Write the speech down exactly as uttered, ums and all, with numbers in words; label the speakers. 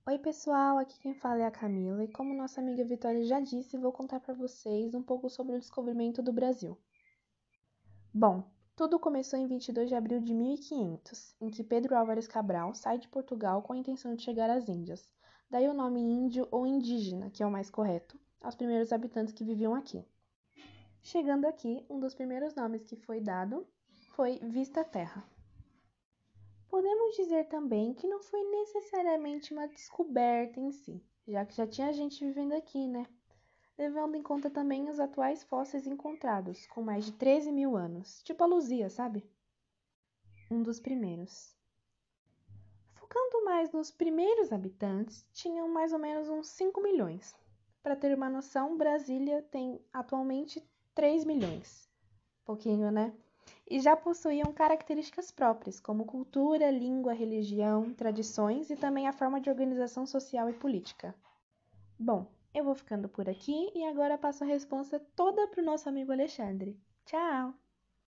Speaker 1: Oi pessoal, aqui quem fala é a Camila e como nossa amiga Vitória já disse, vou contar para vocês um pouco sobre o descobrimento do Brasil. Bom, tudo começou em vinte e dois de abril de mil e quinhentos, em que Pedro Álvares Cabral sai de Portugal com a intenção de chegar às Índias. Daí o nome índio ou indígena, que é o mais correto, aos primeiros habitantes que viviam aqui. Chegando aqui, um dos primeiros nomes que foi dado foi Vista Terra. Podemos dizer também que não foi necessariamente uma descoberta em si, já que já tinha gente vivendo aqui, né? Levando em conta também os atuais fósseis encontrados, com mais de treze mil anos, tipo a Luzia, sabe? Um dos primeiros. Focando mais nos primeiros habitantes, tinham mais ou menos uns cinco milhões. Para ter uma noção, Brasília tem atualmente três milhões. Pouquinho, né? E já possuíam características próprias, como cultura, língua, religião, tradições e também a forma de organização social e política. Bom, eu vou ficando por aqui e agora passo a resposta toda para o nosso amigo Alexandre. Tchau!